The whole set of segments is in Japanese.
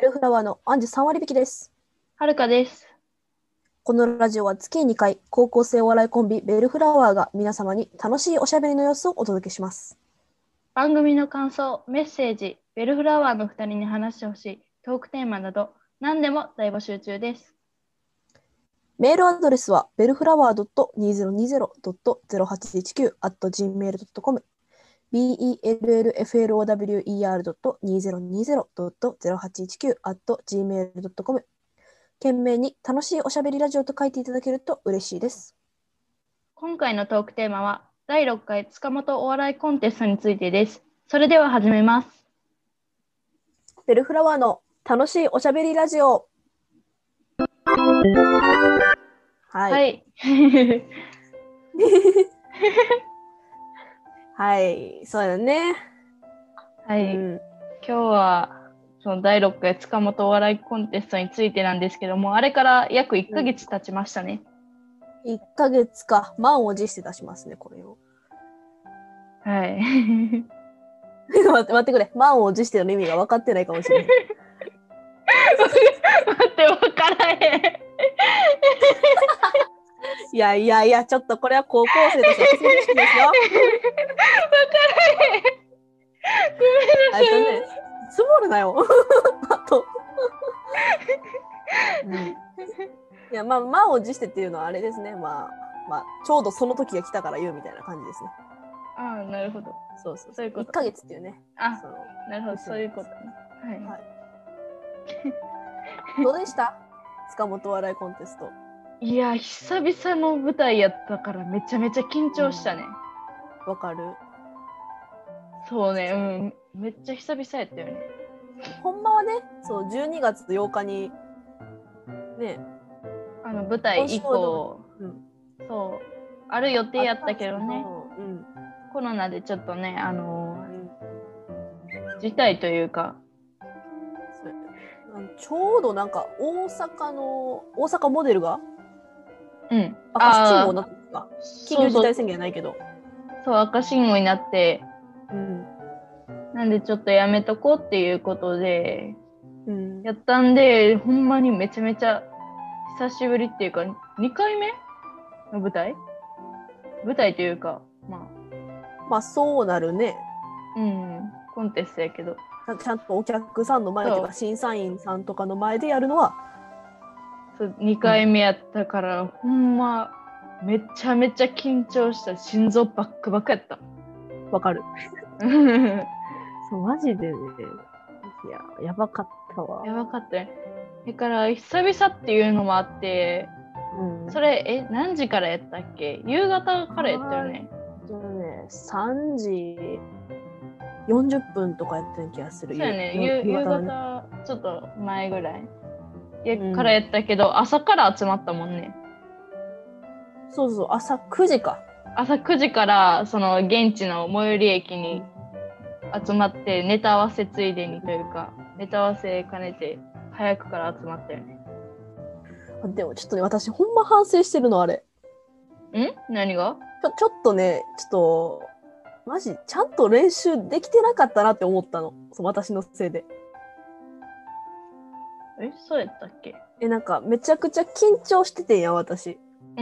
ベルフラワーのアンジュ3割引きです。 はるかです。 このラジオは月に2回、高校生お笑いコンビベルフラワーが皆様に楽しいおしゃべりの様子をお届けします。 番組の感想、メッセージ、ベルフラワーの2人に話してほしいトークテーマなど、何でも大募集中です。 メールアドレスはベルフラワー .2020.0819@gmail.com bellflower.2020.0819@gmail.com 懸命に楽しいおしゃべりラジオと書いていただけると嬉しいです。 今回のトークテーマは、第6回塚本お笑いコンテストについてです。それでは始めます。 ベルフラワーの楽しいおしゃべりラジオ。はい。 はい。 はい、そうだね。 はい。今日は、その第6回塚本お笑いコンテストについてなんですけども、あれから約1ヶ月経ちましたね。 1ヶ月か。満を持して出しますね、これを。 はい。 待ってくれ。満を持しての意味が分かってないかもしれない。 待って、分からへん。 いや、ちょっとこれは高校生として基礎知識ですよ。 分からへん。ごめんなさい。 ね、積もるなよ。あと。いや、満を持してっていうのはあれですね。まあ、ちょうどその時が来たから言うみたいな感じですね。 ああ、なるほど。 そういうこと。 1 ヶ月っていうね。 あ、なるほど、そういうことね。はい。 どうでした塚本笑いコンテスト。 いや、久々の舞台やったからめちゃめちゃ緊張したね。 わかる。 そうね、めっちゃ久々やったよね。 ほんまはね、そう、12月8日に、ね、 舞台以降、そう、ある予定やったけどね、コロナでちょっとね、辞退というか、 ちょうどなんか大阪モデルが赤信号になってた。緊急事態宣言ないけど。 そう、赤信号になって、なんでちょっとやめとこうっていうことで、やったんで、ほんまにめちゃめちゃ久しぶりっていうか、2回目の舞台というか、 まあそうなるね。 コンテストやけど。 ちゃんとお客さんの前とか審査員さんとかの前でやるのはそう2回目やったから、ほんまめちゃめちゃ緊張した。心臓バックバックやった。 わかる。そうマジでね、いややばかったわ。 やばかったね。だから久々っていうのもあって、それ何時からやったっけ？夕方からやったよね。 3時40分とかやった気がする。 そうやね、夕方ちょっと前ぐらいからやったけど、朝から集まったもんね。 そう、朝9時か。 朝9時からその現地の最寄り駅に集まってネタ合わせついでにというか、ネタ合わせ兼ねて早くから集まったよね。 でもちょっとね、私ほんま反省してるのあれ。 何が？ ちょっとね、マジちゃんと練習できてなかったなって思ったの。私のせいで。 そうやったっけ？ なんかめちゃくちゃ緊張しててんや、私。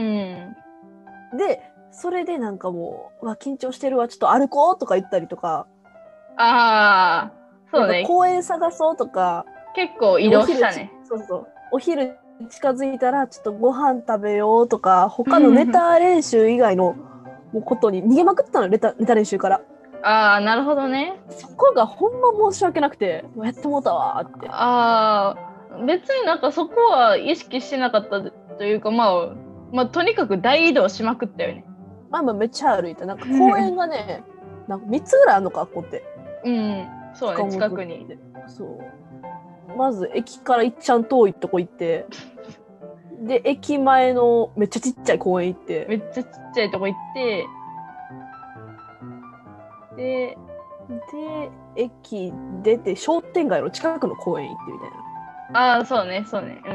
で、それでなんかもう、緊張してるわ、ちょっと歩こうとか言ったりとか。 ああ、そうね。 公園探そうとか。 結構移動したね。 そう。お昼近づいたらちょっとご飯食べようとか、他のネタ練習以外のことに逃げまくってたの、ネタ練習から。 ああ、なるほどね。 そこがほんま申し訳なくて、やってもうたわって。 ああ、別になんかそこは意識してなかったというか、まあとにかく大移動しまくったよね。 まあめっちゃ歩いた。なんか公園がね、なんか3つぐらいあるのか、ここって。 そうね、近くに。 そう。まず駅からいっちゃん遠いとこ行って、で、駅前のめっちゃちっちゃい公園行って。 めっちゃちっちゃいとこ行って、で、 駅出て商店街の近くの公園行ってみたいな。 ああ、そうね。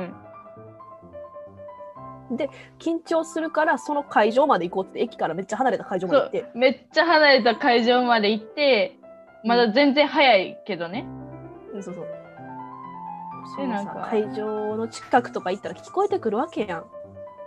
で、緊張するからその会場まで行こうって駅からめっちゃ離れた会場まで行って。 めっちゃ離れた会場まで行って、まだ全然早いけどね。 そう。 そうなんか会場の近くとか行ったら聞こえてくるわけやん。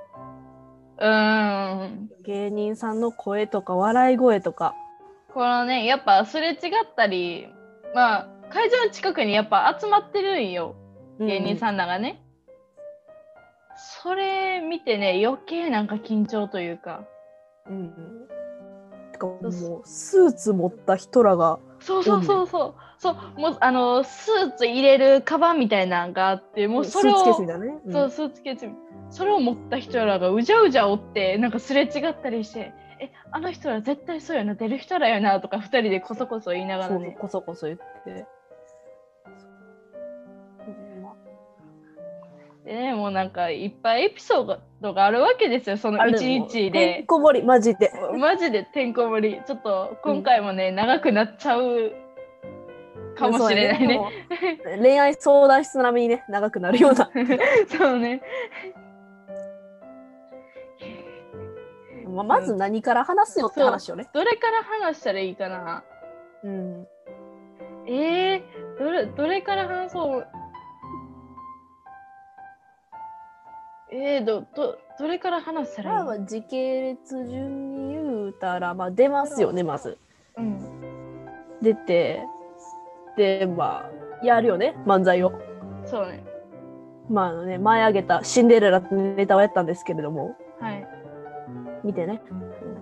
芸人さんの声とか笑い声とか。 このね、やっぱすれ違ったり、まあ、会場の近くにやっぱ集まってるんよ。芸人さんらがね。それ見てね、余計なんか緊張というか。 てかもう、スーツ持った人らが。 そう、もう、スーツ入れるカバンみたいなのがあって、もうそれを、 スーツケースみたいなね。 そう、スーツケース。それを持った人らがうじゃうじゃおって、なんかすれ違ったりして、あの人ら絶対そうやな、出る人らやな、とか二人でこそこそ言いながらね。 そう、こそこそ言って。 でもうなんかいっぱいエピソードがあるわけですよ、その一日で。 てんこ盛り、マジで。 マジでてんこ盛り。ちょっと今回もね、長くなっちゃうかもしれないね。 恋愛相談室並みにね、長くなるような。 そうね。 まず何から話すよって話をね。 どれから話したらいいかな。どれから話そう。どれから話したらいい？ 時系列順に言うたら、出ますよね、まず。出て、で、やるよね、漫才を。 そうね。 前挙げたシンデレラってネタをやったんですけれども。 はい。 見てね。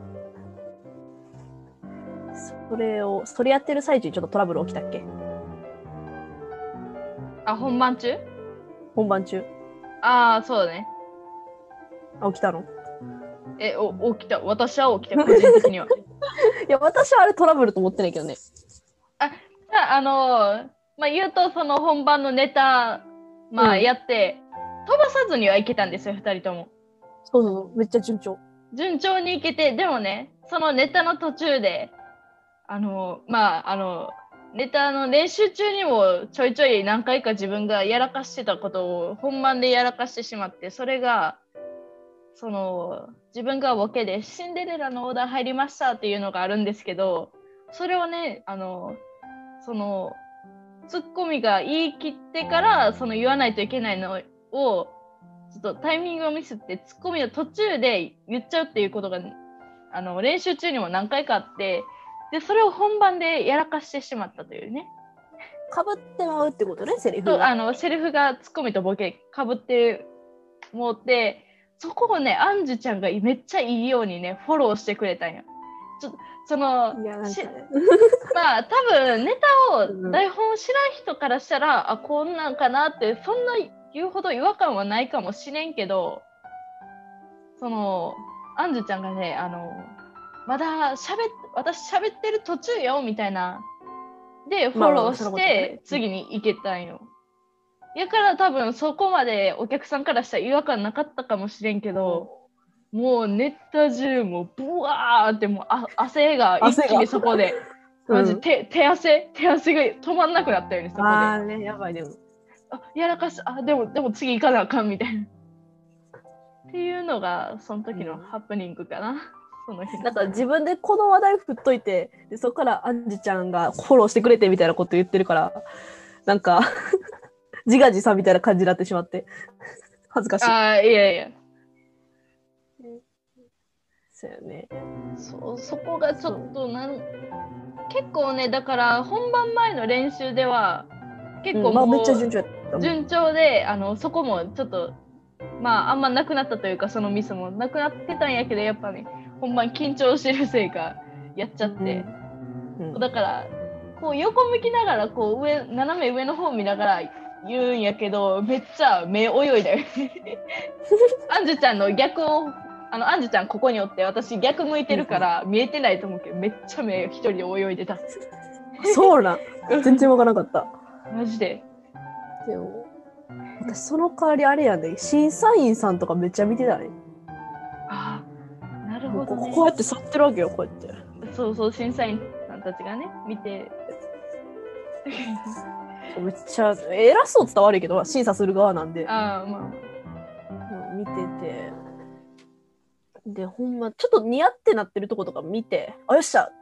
それやってる最中にちょっとトラブル起きたっけ？ 本番中？ 本番中。 そうね。 起きたの？ 起きた。私は起きた、個人的には。 いや、私はあれトラブルと思ってないけどね。 言うと、その本番のネタ、やって、飛ばさずにはいけたんですよ、二人とも。 そう、めっちゃ順調。 順調にいけて、でもね、そのネタの途中で、ネタの練習中にもちょいちょい何回か自分がやらかしてたことを本番でやらかしてしまって、それが、自分がボケでシンデレラのオーダー入りましたっていうのがあるんですけど、それをね、ツッコミが言い切ってから言わないといけないのをちょっとタイミングをミスってツッコミを途中で言っちゃうっていうことが練習中にも何回かあって、でそれを本番でやらかしてしまったというね。 かぶってまうってことね、セリフが。 セリフがツッコミとボケかぶってもうて、そこをねアンジュちゃんがめっちゃいいようにねフォローしてくれたんよ。多分ネタを台本知らん人からしたら、こんなんかなってそんな言うほど違和感はないかもしれんけど、アンジュちゃんがねまだ私喋ってる途中よみたいなでフォローして次に行けたんよ。やから多分そこまでお客さんからしたら違和感なかったかもしれんけど、もうネタ中もうブワーってもう汗が一気にそこでマジ手汗が止まんなくなったよね、そこで。 ね、やばい。でもやらかしでも次行かなあかんみたいなっていうのがその時のハプニングかな。その日なんか自分でこの話題振っといて、でそこからアンジちゃんがフォローしてくれてみたいなこと言ってるから、なんか自画自賛みたいな感じになってしまって恥ずかしい。 いやそうよね。 そこがちょっと結構ね、だから本番前の練習では結構もうめっちゃ順調やった。 順調で、そこもちょっとあんまなくなったというか、そのミスもなくなってたんやけど、やっぱね本番緊張してるせいかやっちゃって、だからこう横向きながらこう斜め上の方見ながら言うんやけど、めっちゃ目泳いだよアンジュちゃんの逆をアンジュちゃんここにおって私逆向いてるから見えてないと思うけど、めっちゃ目一人で泳いでた。 そうなん全然わからなかったマジで。 でも私その代わりあれやね、審査員さんとかめっちゃ見てたね。 なるほどね。 こうやって去ってるわけよ、こうやって。 そう審査員さんたちがね見てめっちゃ偉そうって言ったら悪いけど審査する側なんで見てて、でほんまちょっと似合ってなってるとことか見て、よっしゃって。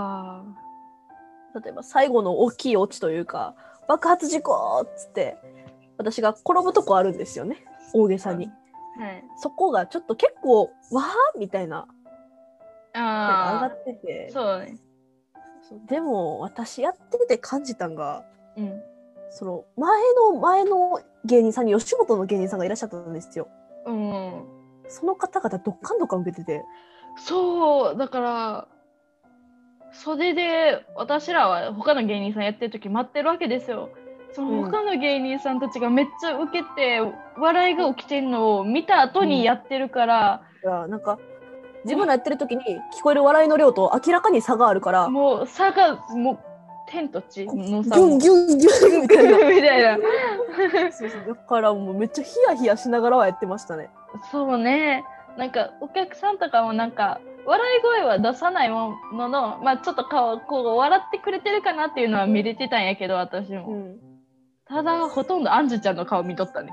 例えば最後の大きいオチというか爆発事故っつって私が転ぶとこあるんですよね、大げさに。はい、そこがちょっと結構わーみたいな上がってて、 そうね。 でも私やってて感じたんが、 うん、 その前の芸人さんに吉本の芸人さんがいらっしゃったんですよ。 うん、 その方々どっかんどっかん受けてて。 そうだから袖で私らは他の芸人さんやってる時待ってるわけですよ。その他の芸人さんたちがめっちゃ受けて、笑いが起きてるのを見た後にやってるから、 なんか自分のやってる時に聞こえる笑いの量と明らかに差があるから、 もう差がもう天と地の差ギュンギュンギュンみたいなみたいなそうだからもうめっちゃヒヤヒヤしながらはやってましたね。 そうね、なんかお客さんとかもなんか笑い声は出さないものの、まあちょっとこう笑ってくれてるかなっていうのは見れてたんやけど、私も、ただほとんどアンジュちゃんの顔見とったね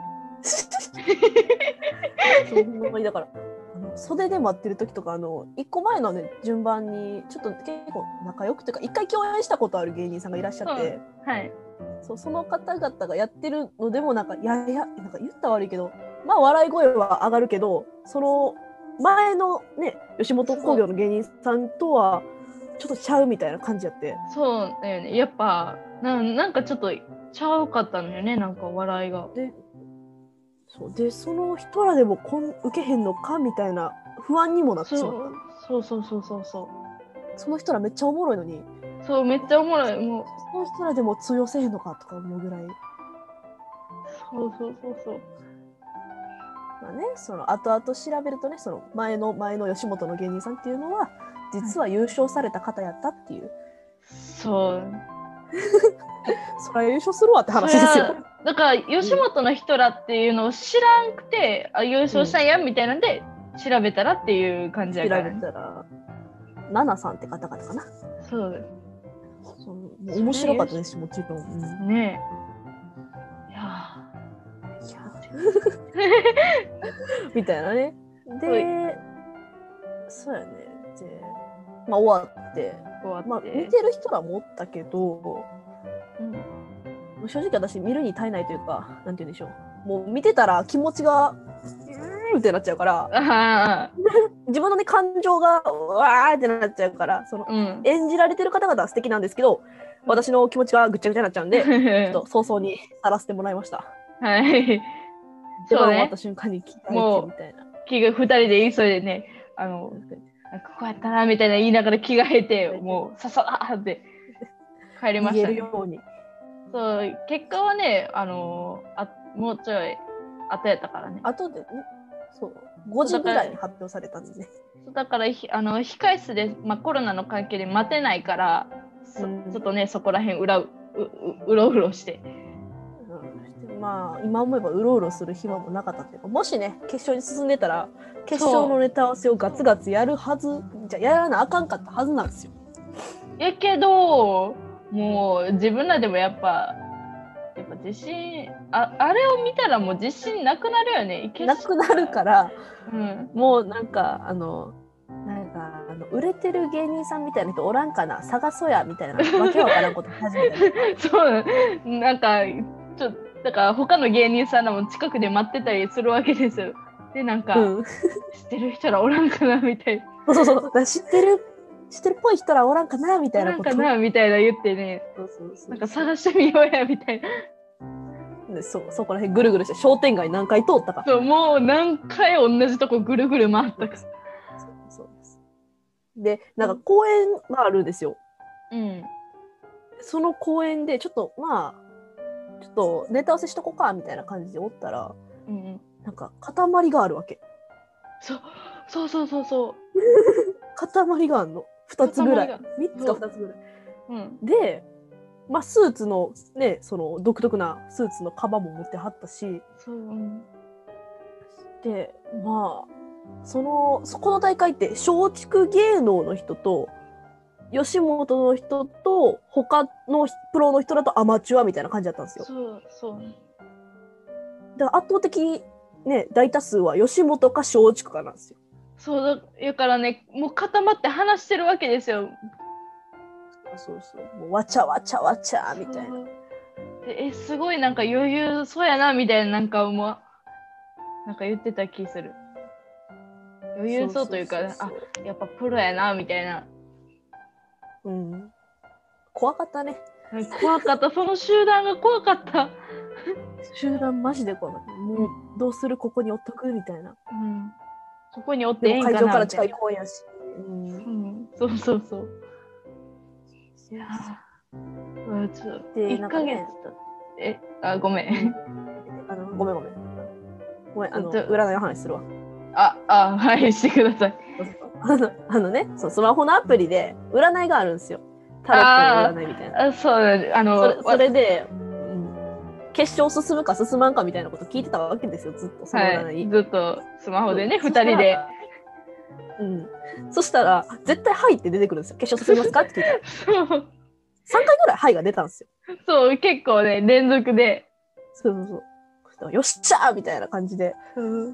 そうほんまにだから袖で待ってる時とか1個前のね順番にちょっと結構仲良くというか1回共演したことある芸人さんがいらっしゃって、 はい、 その方々がやってるのでもなんかなんか言ったら悪いけど、まあ笑い声は上がるけど、その前のね吉本興業の芸人さんとはちょっとちゃうみたいな感じやって。 そうだよね、やっぱなんかちょっとちゃうかったのよね、なんか笑いが。 でその人らでも受けへんのかみたいな不安にもなってしまった。 そうその人らめっちゃおもろいのに、 そうめっちゃおもろい、もうその人らでも通用せへんのかとか思うぐらい。 そうまあね、その後々調べるとね、その前の吉本の芸人さんっていうのは実は優勝された方やったっていう、 そうそりゃ優勝するわって話ですよ。 だから吉本の人らっていうのを知らんくて、優勝したんやみたいなんで調べたらっていう感じやから、 調べたらナナさんって方々かな。 そう面白かったですし、もちろん、 ねえ、いやみたいなね。で、そうやね。で、まあ終わって、まあ見てる人らもおったけど、正直私見るに耐えないというか、なんて言うんでしょう。もう見てたら気持ちがってなっちゃうから自分のね感情がわーってなっちゃうから、その、演じられてる方々は素敵なんですけど、私の気持ちがぐっちゃぐちゃになっちゃうんでちょっと早々にさらせてもらいました。 はい。 そうね。終わった瞬間に聞いてみたいな。 2人で急いでね、ここやったなみたいな言いながら着替えて、もうささーって帰りましたね。 言えるように。 そう、結果はね、もうちょい後やったからね。 後でね、そう5時ぐらいに発表されたんですね。 だから控え室で、まあ、コロナの関係で待てないから、ちょっとねそこら辺うろうろして。 まあ今思えばうろうろする暇もなかったっていうか、もしね決勝に進んでたら決勝のネタ合わせをガツガツやるはずじゃやらなあかんかったはずなんですよ。 やけどもう自分らでもやっぱ自信あれを見たらもう自信なくなるよね。 なくなるから、もうなんか売れてる芸人さんみたいな人おらんかな、探そうやみたいなわけわからんこと始めたりそうなんかだから他の芸人さんらも近くで待ってたりするわけですよ。でなんか、知ってる人らおらんかなみたいな。 そう知ってるっぽい人らおらんかなみたいなこと。 おらんかなみたいな言ってね。なんか探してみようやみたいな。 でそこら辺ぐるぐるして商店街何回通ったか。 そうもう何回同じとこぐるぐる回ったか。 そうです。でなんか公園があるんですよ。その公園でちょっとネタ合わせしとこうかみたいな感じでおったら、なんか塊があるわけ。 そう塊があるの2つぐらい、3つか2つぐらい、でまあスーツのね、その独特なスーツのカバンも持ってはったし、でまあそこの大会って松竹芸能の人と吉本の人と他のプロの人だとアマチュアみたいな感じだったんですよ。だから圧倒的ね大多数は吉本か松竹かなんですよ。 そうだからね、もう固まって話してるわけですよ。 もうわちゃわちゃわちゃみたいな。 すごいなんか余裕そうやなみたいななんか言ってた気する。余裕そうというか、やっぱプロやなみたいな。 うん。怖かったね。 怖かった。その集団が怖かった。 集団マジで怖かった。もうどうするここにおっとくみたいな。 うん。ここにおっていいんかな。 会場から近い公園やし。 そう。いやちょっと1ヶ月ごめん。 ごめん。占いの話するわ。 はい、してください。 スマホのアプリで占いがあるんですよ。タロットの占いみたいな。それで、決勝進むか進まんかみたいなこと聞いてたわけですよ、ずっとその占い。 ずっとスマホでね、2人で。 そしたら、絶対はいって出てくるんですよ。決勝進みますかって聞いたら。3回ぐらいはいが出たんですよ。 そう、結構ね、連続で。 そう。よっしゃーみたいな感じで。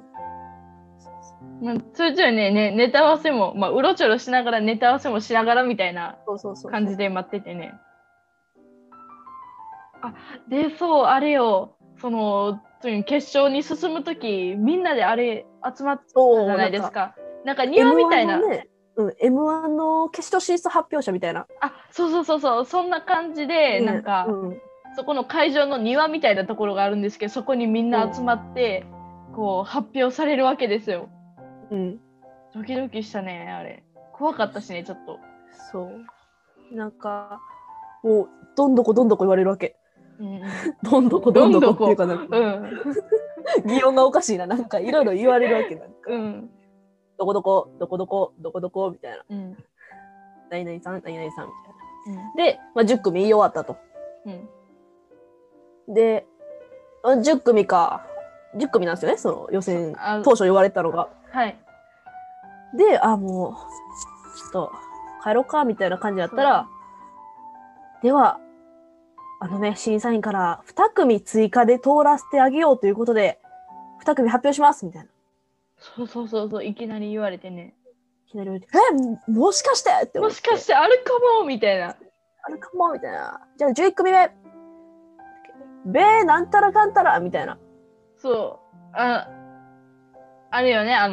ちょいちょいね、ネタ合わせも、うろちょろしながらネタ合わせもしながらみたいな感じで待っててね。で、そう、あれよ、決勝に進むとき、みんなであれ集まったじゃないですか。なんか庭みたいな。 M1 の決勝進出発表者みたいな。 そう、そんな感じで、なんか、そこの会場の庭みたいなところがあるんですけど、そこにみんな集まって、こう、発表されるわけですよ。ドキドキしたね、あれ。怖かったしね、ちょっと。 そう。なんか、もう、どんどこ言われるわけ。どんどこっていうかなんか、擬音がおかしいな。なんか、いろいろ言われるわけ。なんかどこどこみたいな。何々さんみたいな。で、10組言い終わったと。で、10組か。10組なんですよね、その予選、当初言われたのが。で、もう、ちょっと、帰ろうか、みたいな感じだったら、では、審査員から2組追加で通らせてあげようということで、2組発表します、みたいな。 そう、いきなり言われてね。 いきなり言われて、もしかしてって思って。もしかしてあるかもみたいな。 あるかもみたいな。じゃあ11組目。なんたらかんたらみたいな。 そう。あれよね、なん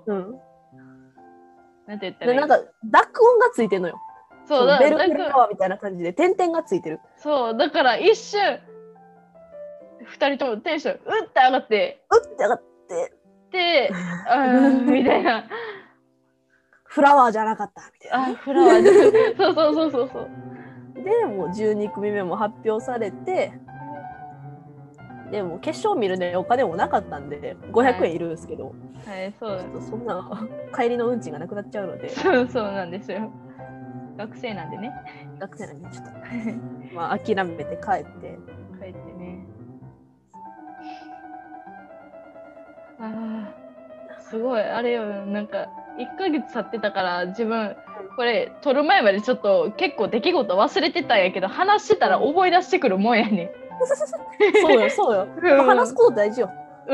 て言ったらいい？ なんか、濁音がついてんのよ。 そうベル川みたいな感じで、点々がついてる。 そう、だから一瞬、2人ともテンション、って上がって。で、みたいな。 フラワーじゃなかった、みたいな。 フラワーじゃそう。 で、もう12組目も発表されて、でも決勝見るね、お金もなかったんで、500円いるんですけど、 そうちょっとそんな帰りの運賃がなくなっちゃうので。 そうなんですよ。学生なんでね。 ちょっと諦めて帰ってね。すごいあれよ、なんか1ヶ月経ってたから自分これ撮る前までちょっと結構出来事忘れてたんやけど、話してたら覚え出してくるもんやね。 そうよ。話すこと大事よ。 い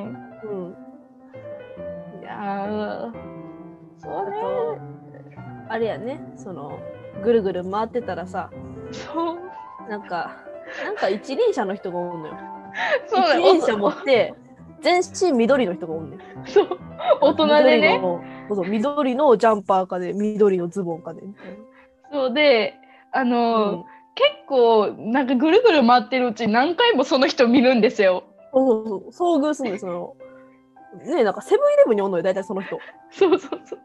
やそうね。 あれやね、ぐるぐる回ってたらさ、なんか一輪車の人がおんのよ。一輪車持って全身緑の人がおんねん。 そう、大人でね。 緑のジャンパーかで緑のズボンかで。 そうで、結構なんかぐるぐる回ってるうち何回もその人見るんですよ。 遭遇するんですよ。ね、なんかセブンイレブンにおんのよ、大体その人。 そう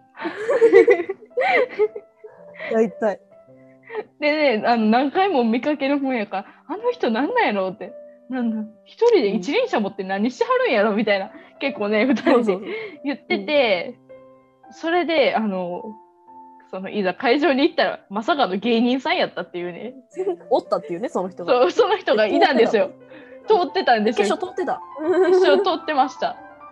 大体。 でね、何回も見かけるもんやから、あの人なんなんやろって、一人で一輪車持って何してはるんやろみたいな、結構ね、2人で言ってて、それで、いざ会場に行ったら、まさかの芸人さんやったっていうね。 おったっていうね、その人が。 そう、その人がいたんですよ。通ってたんですよ。 決勝通ってた。 決勝通ってました。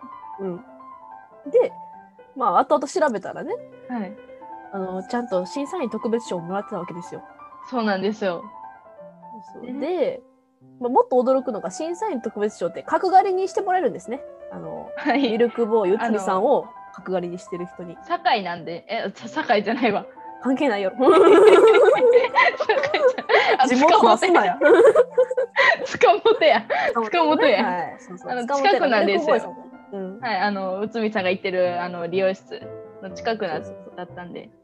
で、後々調べたらね、ちゃんと審査員特別賞をもらってたわけですよ。 そうなんですよ。 で、もっと驚くのが、審査員特別賞って角刈りにしてもらえるんですね。ミルクボーイうつみさんを角刈りにしてる人に。 堺なんで、堺じゃないわ。 関係ないよ。地元はすんなや。 塚本や。塚本や。 はい、そうそう近くなんですよ。 はい、 内海さんが行ってる理容室の近くだったんで。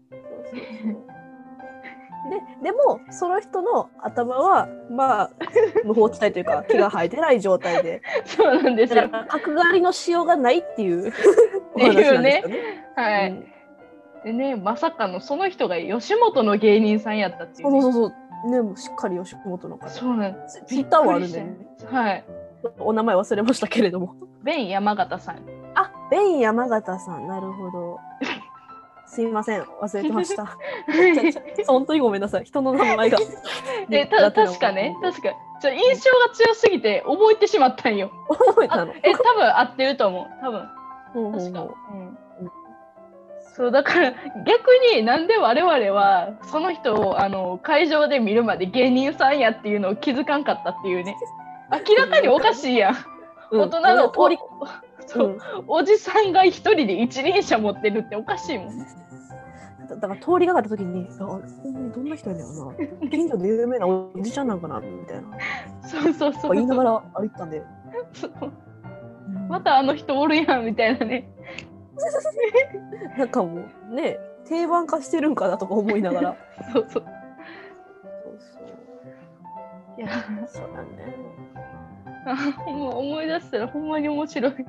でもその人の頭はまあ無法地帯というか毛が生えてない状態でそうなんですよ。 角刈りのしようがないっていうお話なんですよね。 はい。でね、まさかのその人が吉本の芸人さんやったっていう、ね。 そうね、もうしっかり吉本の方。 そうなんです。 ツイッターはあるんでね。 はい。 お名前忘れましたけれども。 ベン山形さん。 あ、ベン山形さん、なるほど。すいません、忘れてました。本当にごめんなさい、人の名前が。 確かね、印象が強すぎて覚えてしまったんよ。 覚えたの？ 多分合ってると思う。多分。確か。そうだから逆になんで我々はその人を会場で見るまで芸人さんやっていうのを気づかんかったっていうね。明らかにおかしいやん。大人のおじさんが一人で一輪車持ってるっておかしいもん。 だから通りがかった時にほんまにどんな人やねんな、近所で有名なおじちゃんなんかなみたいなそう言いながら歩いたんでまたあの人おるやんみたいなね。 なんかもうね定番化してるんかなとか思いながらそういやそうだね。 もう思い出したらほんまに面白い。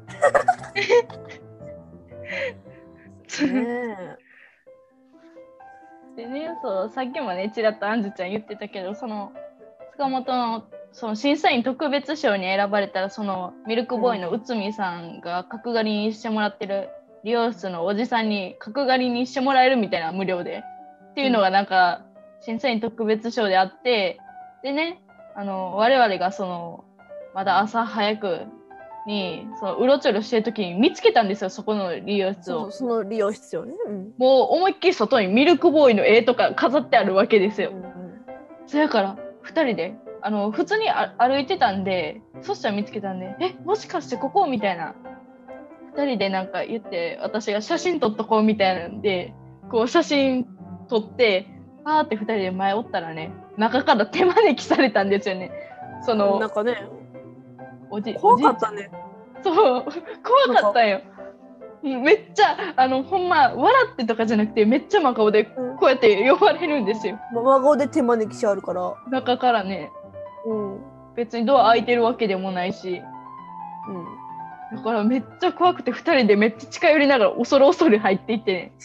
でね、そうさっきもねちらっとあんずちゃん言ってたけど、その塚本のその審査員特別賞に選ばれたら、そのミルクボーイの内海さんが角刈りにしてもらってる理容室のおじさんに角刈りにしてもらえるみたいな、無料でっていうのがなんか審査員特別賞であって、でね、我々がそのまだ朝早くにそのうろちょろしてる時に見つけたんですよ、そこの理容室を。 その理容室をね、 もう思いっきり外にミルクボーイの絵とか飾ってあるわけですよ。そやから2人で普通に歩いてたんで、そしたら見つけたんで、もしかしてここみたいな、2人でなんか言って、私が写真撮っとこうみたいなんで、こう写真撮ってパーって2人で前おったらね、中から手招きされたんですよね。そのなんかね、怖かったね。 そう怖かったよ。めっちゃほんま笑ってとかじゃなくて、めっちゃ真顔でこうやって呼ばれるんですよ。 真顔で手招きしあるから中からね、別にドア開いてるわけでもないし、だからめっちゃ怖くて、2人でめっちゃ近寄りながら恐る恐る入っていってね。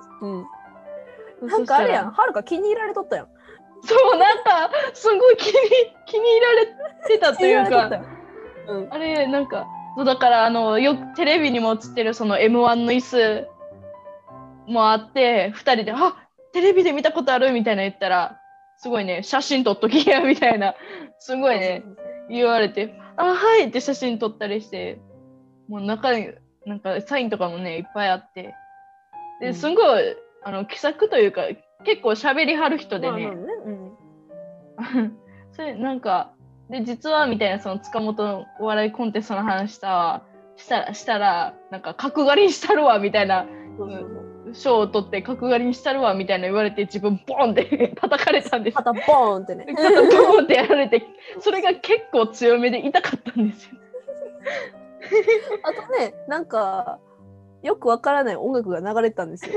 なんかあれやん、はるか気に入られとったやん。 そう、なんかすごい気に入られてたというか、あれなんかそうだからよくテレビにも映ってるその M1 の椅子もあって、2人でテレビで見たことあるみたいな言ったら、すごいね、写真撮っときやみたいなすごいね言われて、はいって写真撮ったりして、もう中になんかサインとかもねいっぱいあって、ですごい気さくというか結構喋りはる人でね、それなんかで実はみたいな、その塚本のお笑いコンテストの話したらなんか角刈りにしたるわみたいな、賞を取って角刈りにしたるわみたいな言われて、自分ボンって叩かれたんです。 肩ボーンってね。 肩ボンってやられて、それが結構強めで痛かったんですよ。 あとね、なんかよくわからない音楽が流れてたんですよ。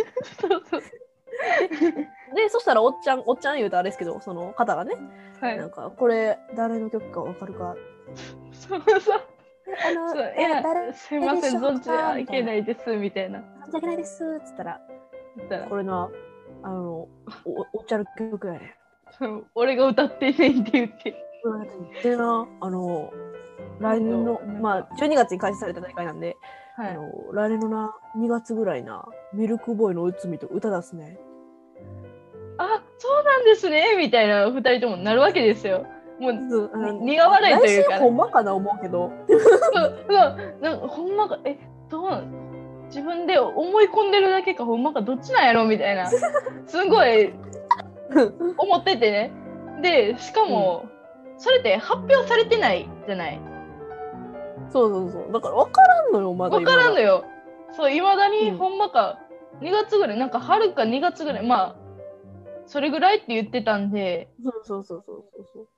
でそしたらおっちゃん言うとあれですけど、その方がね、なんかこれ誰の曲かわかるか。 そういやすいません存じ上げないですみたいな。 存じ上げないですっつったらこれのおっちゃんの曲やね。 俺が歌ってねって言って。 でな来年の12月に開始された大会なんで、来年のな2月ぐらいなミルクボーイの内海と歌出すね。 そうなんですねみたいな2人ともなるわけですよ。もう苦笑いというか、 来週ほんまかな思うけどなんかほんまかどう自分で思い込んでるだけかほんまかどっちなんやろみたいなすごい思っててね。でしかも、それって発表されてないじゃない。 そうだから分からんのよ、まだ分からんのよ。そういまだにほんまか2月ぐらい、なんか春か2月ぐらい、それぐらいって言ってたんで、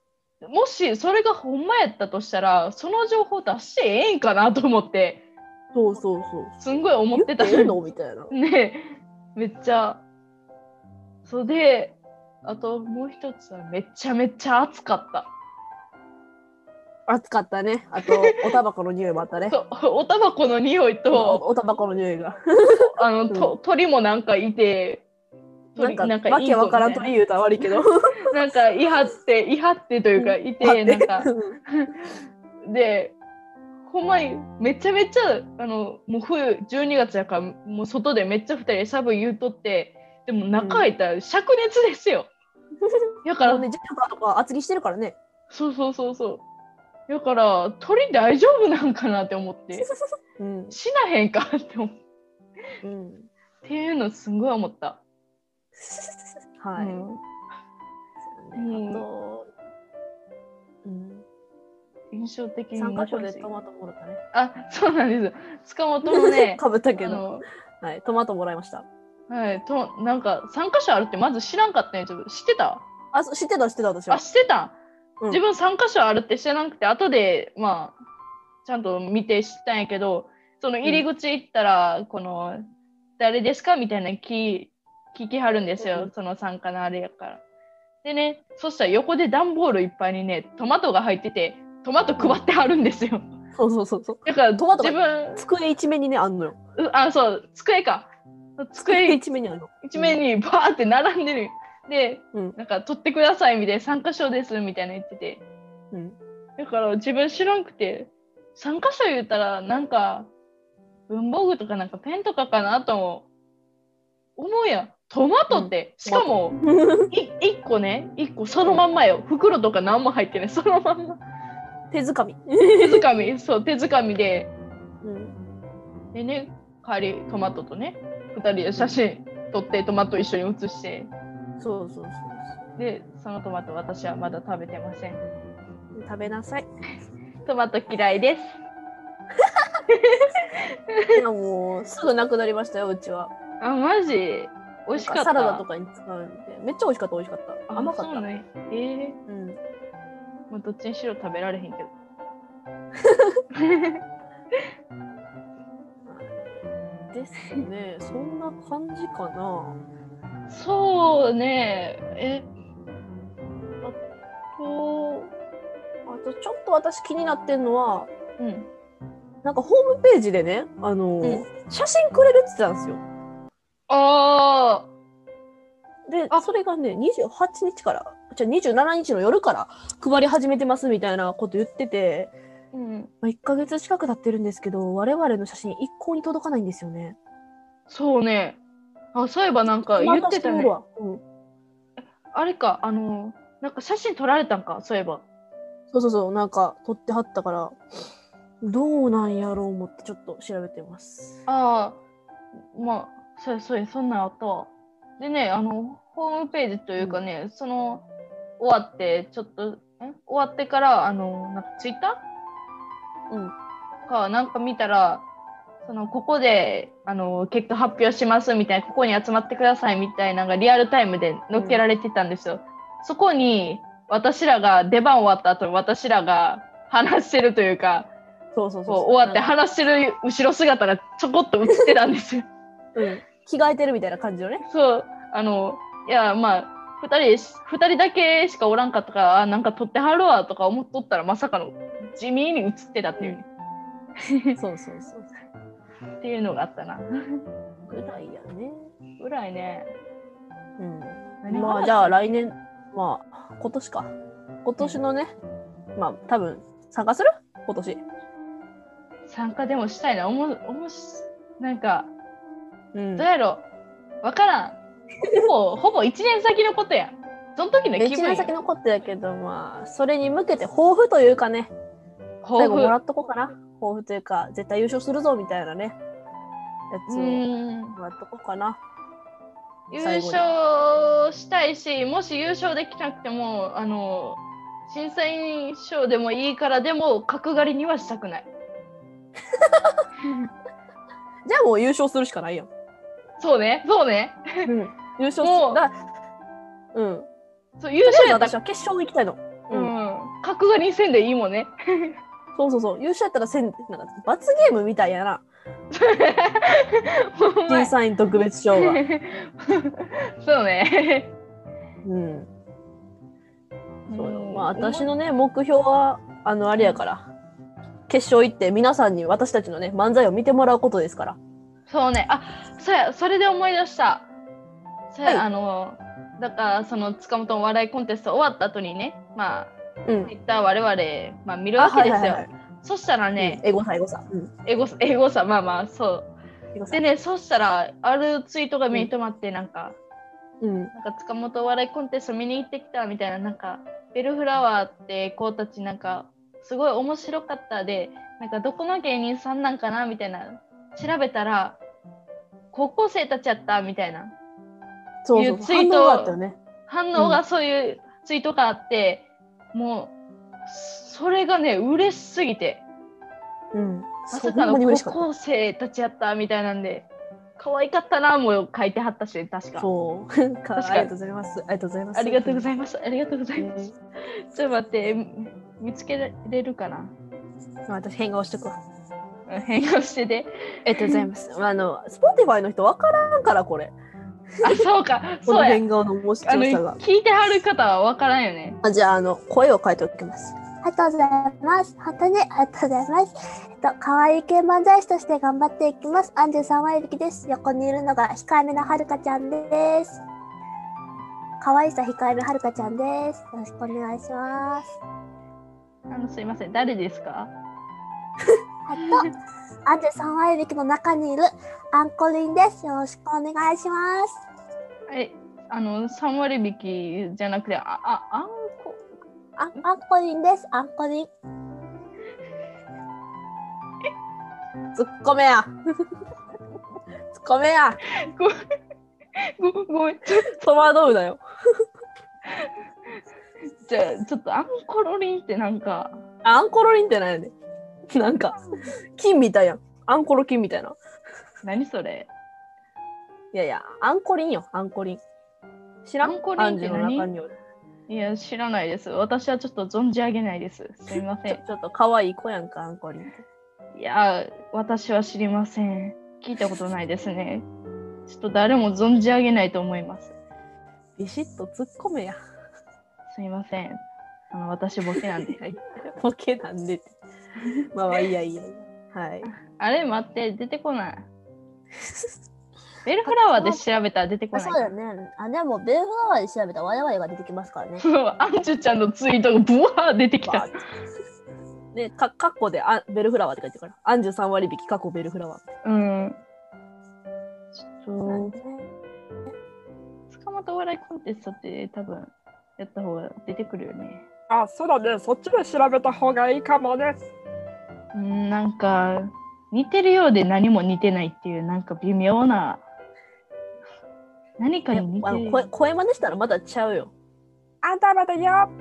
もしそれがほんまやったとしたら、その情報出してええんかなと思って、 そうそうそう。 すんごい思ってた。 言ってええのみたいな。 ねえ、めっちゃ。それで、あともう一つはめちゃめちゃ暑かった。 暑かったね。あと、おタバコの匂いもあったね。 そう、おタバコの匂いと、 おタバコの匂いが。 鳥もなんかいて、 なんかわけわからん鳥言うたら悪いけど。 なんか、いはってというか、いて、なんか、で、ほんまにめちゃめちゃ、もう冬、12月やから、もう外でめっちゃ2人で寒い言うとって、でも中入ったら灼熱ですよ。だから、 ね、ジャンパーとか厚着してるからね。 そう。だから、鳥大丈夫なんかなって思って、死なへんかって思って、っていうのすごい思った。 はい。あと、 印象的に 3カ所でトマトもらったね。 あ、そうなんです。塚本もね、 かぶったけど、はい、トマトもらいました。 はい、なんか3カ所あるってまず知らんかったんや。知ってた？ あ、知ってた私は。あ、知ってた。自分3カ所あるって知らなくて、後でまあちゃんと見て知ったんやけど、その入り口行ったら、この誰ですかみたいな聞きはるんですよ。その参加のあれやから。でね、そしたら横で段ボールいっぱいにね、トマトが入ってて、トマト配ってはるんですよ。 そう。 だからトマトが机一面にね、あんのよ。 あ、そう、机か。 机一面にあるの。 一面にバーって並んでる。で、なんか取ってくださいみたいな、3箇所ですみたいな言ってて。だから自分知らんくて、3箇所言ったら、なんか、文房具とかなんかペンとかかなと思うやん。トマトって、しかも、1個ね、1個そのまんまよ。袋とか何も入ってない、そのまんま。 手づかみ。 そう、手づかみで。でね、帰りトマトとね、2人で写真撮ってトマト一緒に写して。 そう。 で、そのトマト私はまだ食べてません。 食べなさい。 トマト嫌いです。 いやもうすぐなくなりましたよ、うちは。 あ、マジ？美味しかった。 サラダとかに使うんで、めっちゃ美味しかった。甘かった。 そうね。もうどっちにしろ食べられへんけど。 ですね。そんな感じかな。 そうね。 あとちょっと私気になってんのは、なんかホームページでね、写真くれるって言ってたんですよ。で、それがね、28日から、27日の夜から配り始めてますみたいなこと言ってて、1ヶ月近く経ってるんですけど、我々の写真一向に届かないんですよね。 そうね。あ、そういえばなんか言ってたね。あれか、なんか写真撮られたんか、そういえば。 そう、なんか撮ってはったから、どうなんやろう思ってちょっと調べてます。 まあ、そんなんあったわ。でね、ホームページというかね、終わって、終わってから、なんかツイッターか、なんか見たら、ここで、結果発表しますみたいな、ここに集まってくださいみたいなのがリアルタイムで載っけられてたんですよ。そこに、私らが、出番終わった後に私らが話してるというか、終わって話してる後ろ姿がちょこっと映ってたんですよ。 着替えてるみたいな感じのね。 そう。いや、まあ、二人だけしかおらんかったから、なんか撮ってはるわとか思っとったら、まさかの地味に映ってたっていうね。 そう。 っていうのがあったな。 ぐらいやね。 ぐらいね。 まあ、じゃあ来年、まあ、今年か。今年のね、まあ、多分、参加する？今年。 参加でもしたいな。なんか、どうやろう。わからん。ほぼ1年先のことや。その時の気分。 1年先のことやけど、まあ、それに向けて抱負というかね、最後もらっとこうかな。抱負というか、絶対優勝するぞみたいなね、やつをもらっとこうかな。 優勝したいし、もし優勝できなくても、審査員賞でもいいから、でも角刈りにはしたくない。 じゃあもう優勝するしかないやん。 そうね。 優勝する。そう、優勝やったら私は決勝行きたいの。 角刈りにせんでいいもんね。 そうそうそう、優勝やったらなんか罰ゲームみたいやな。審査員特別賞が。 そうね。 うん。そうよ。まあ私のね、目標はあれやから。決勝行って皆さんに私たちのね漫才を見てもらうことですから。 そうね。あ、そうや、それで思い出した。そうや、 はい、 だからその塚本の笑いコンテスト終わった後にね、まあ、ツイッター我々、まあ、見るわけですよ。そしたらね、 エゴサ。 エゴサ、まあまあ、そう。でね、そしたら、あるツイートが目に留まって、なんか塚本お笑いコンテスト見に行ってきたみたいな、なんか、ベルフラワーって子たちなんか、すごい面白かったで、なんかどこの芸人さんなんかなみたいな、調べたら、高校生たちやったみたいな。 そうツイートがあったよね。 反応がそういうツイートがあって、もう、それがね、嬉しすぎて。まさかの高校生たちやったみたいなんで、可愛かったなも書いてはったし、確か。 そう。ありがとうございます。ありがとうございます。 ありがとうございます。ありがとうございます。ちょっと待って、見つけれるかな。 私変顔しとくわ。 変顔してて。 ありがとうございます。Spotify の人分からんからこれ。 あ、そうか。 この変顔の面白さが。 聞いてはる方は分からんよね。 じゃあ声を変えておきます。 ありがとうございます。本当にありがとうございます。可愛い系漫才師として頑張っていきます。アンジュさんはいびきです。横にいるのが控えめなはるかちゃんです。可愛さ控えめはるかちゃんです。よろしくお願いします。 すいません、誰ですか？ アンジュさんはいびきの中にいるアンコリンです。よろしくお願いします。 3割引きじゃなくて、アンコリンです。アンコリン。 ツッコめや。ツッコめや。 ごめん。 戸惑うなよ。 じゃあ、ちょっとアンコロリンってなんか。 アンコロリンって何やねん。なんか、金みたいやん。アンコロ金みたいな。 何それ？ いやいや、アンコリンよ、アンコリン。知らん？ アンコリンって何？ 中におる。 いや、知らないです。私はちょっと存じ上げないです。すいません。 ちょっと可愛い子やんか、アンコリンって。 いや、私は知りません。聞いたことないですね。ちょっと誰も存じ上げないと思います。 ビシッと突っ込めや。 すいません。私ボケなんで。 ボケなんでって。まあいいや。はい。 あれ待って、出てこない。ベルフラワーで調べたら出てこない。 そうだね。でもベルフラワーで調べたら我々が出てきますからね。 そう、アンジュちゃんのツイートがブワー出てきた。 ね、カッコでベルフラワーって書いてるから。アンジュ3割引き、カッコベルフラワー。 うん。ちょっと、塚本笑いコンテストって多分やった方が出てくるよね。 あ、そうだね。そっちで調べた方がいいかもね。 なんか、似てるようで何も似てないっていう、なんか微妙な。何かに似てる。 声真似したらまだちゃうよ。 あんたまだよ。いや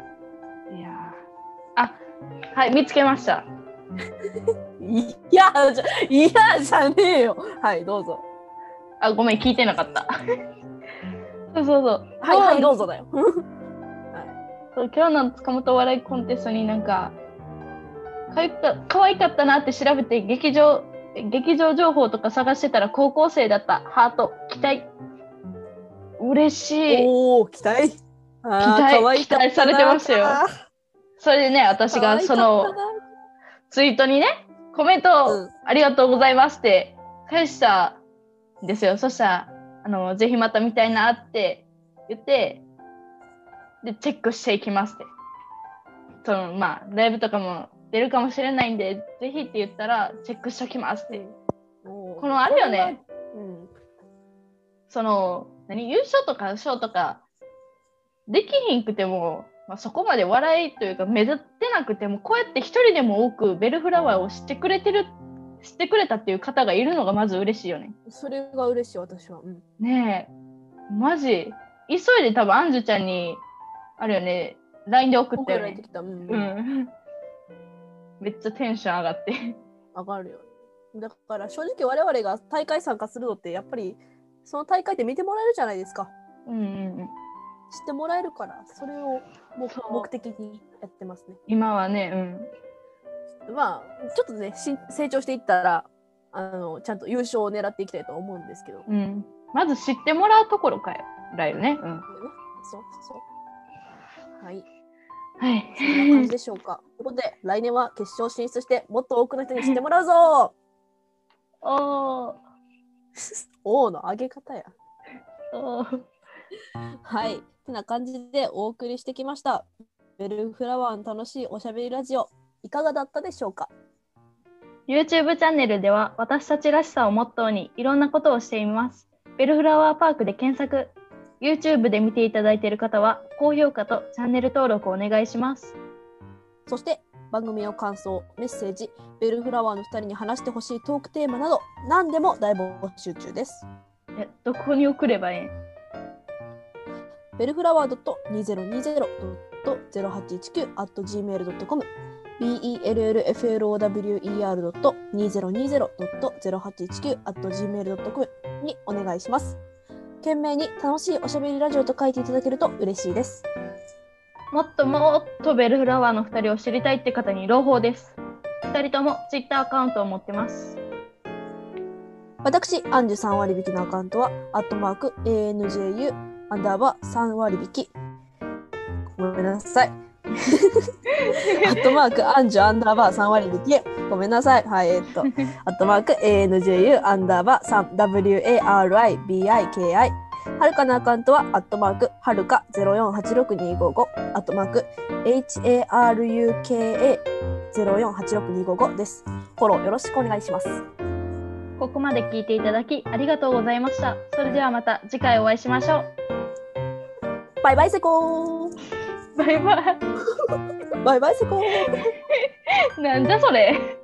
はい、見つけました。 いやじゃねえよ。はい、どうぞ。 あ、ごめん、聞いてなかった。そう。 はい、どうぞだよ。 そう今日の塚本笑いコンテストになんか、可愛かったなって調べて劇場情報とか探してたら高校生だった。ハート、期待。嬉しい。 おー、期待されてましたよ。それでね、私がそのツイートにね、コメント、ありがとうございますって返したんですよ。そしたら、ぜひまた見たいなって言って、で、チェックしていきますって。まあ、ライブとかも出るかもしれないんで、ぜひって言ったら、チェックしときますって。このあれよね、優勝とか賞とか、できひんくても、まあ、そこまで笑いというか目立ってなくてもこうやって一人でも多くベルフラワーを知ってくれたっていう方がいるのがまず嬉しいよね。 それが嬉しい私は。 ねえマジ急いで多分アンジュちゃんにあるよね LINE で送ったよね。めっちゃテンション上がって上がるよ。だから正直我々が大会参加するのってやっぱりその大会で見てもらえるじゃないですか。 ってもらえるから、それを目的にやってますね。 今はね、 まあちょっとね成長していったらちゃんと優勝を狙っていきたいと思うんですけど、 まず知ってもらうところからよね。 そうはいはい、 そんな感じでしょうか。ということで来年は決勝進出してもっと多くの人に知ってもらうぞおの上げ方やはいってな感じでお送りしてきましたベルフラワーの楽しいおしゃべりラジオ、いかがだったでしょうか。 YouTube チャンネルでは私たちらしさをモットーにいろんなことをしています。ベルフラワーパークで検索。YouTube で見ていただいている方は高評価とチャンネル登録をお願いします。 そして番組の感想、メッセージ、ベルフラワーの2人に話してほしいトークテーマなど何でも大募集中です。 どこに送ればいい？ ベルフラワー .2020.0819@gmail.com bellflowер.2020.0819@gmail.com にお願いします。懸命に楽しいおしゃべりラジオと書いていただけると嬉しいです。 もっとベルフラワーの2人を知りたいって方に朗報です。2人とも Twitter アカウントを持ってます。 私、アンジュ3割引きのアカウントは@ANJU_3割引き。ごめんなさい。アンジュ_3割引き。ごめんなさい。はい、@ANJU_3 WARIBIKI。はるかのアカウントははるか04862555#HARUKA04862555です。フォローよろしくお願いします。 ここまで聞いていただきありがとうございました。それではまた次回お会いしましょう。 バイバイセコー。 バイバイ。 バイバイセコー。 なんじゃそれ。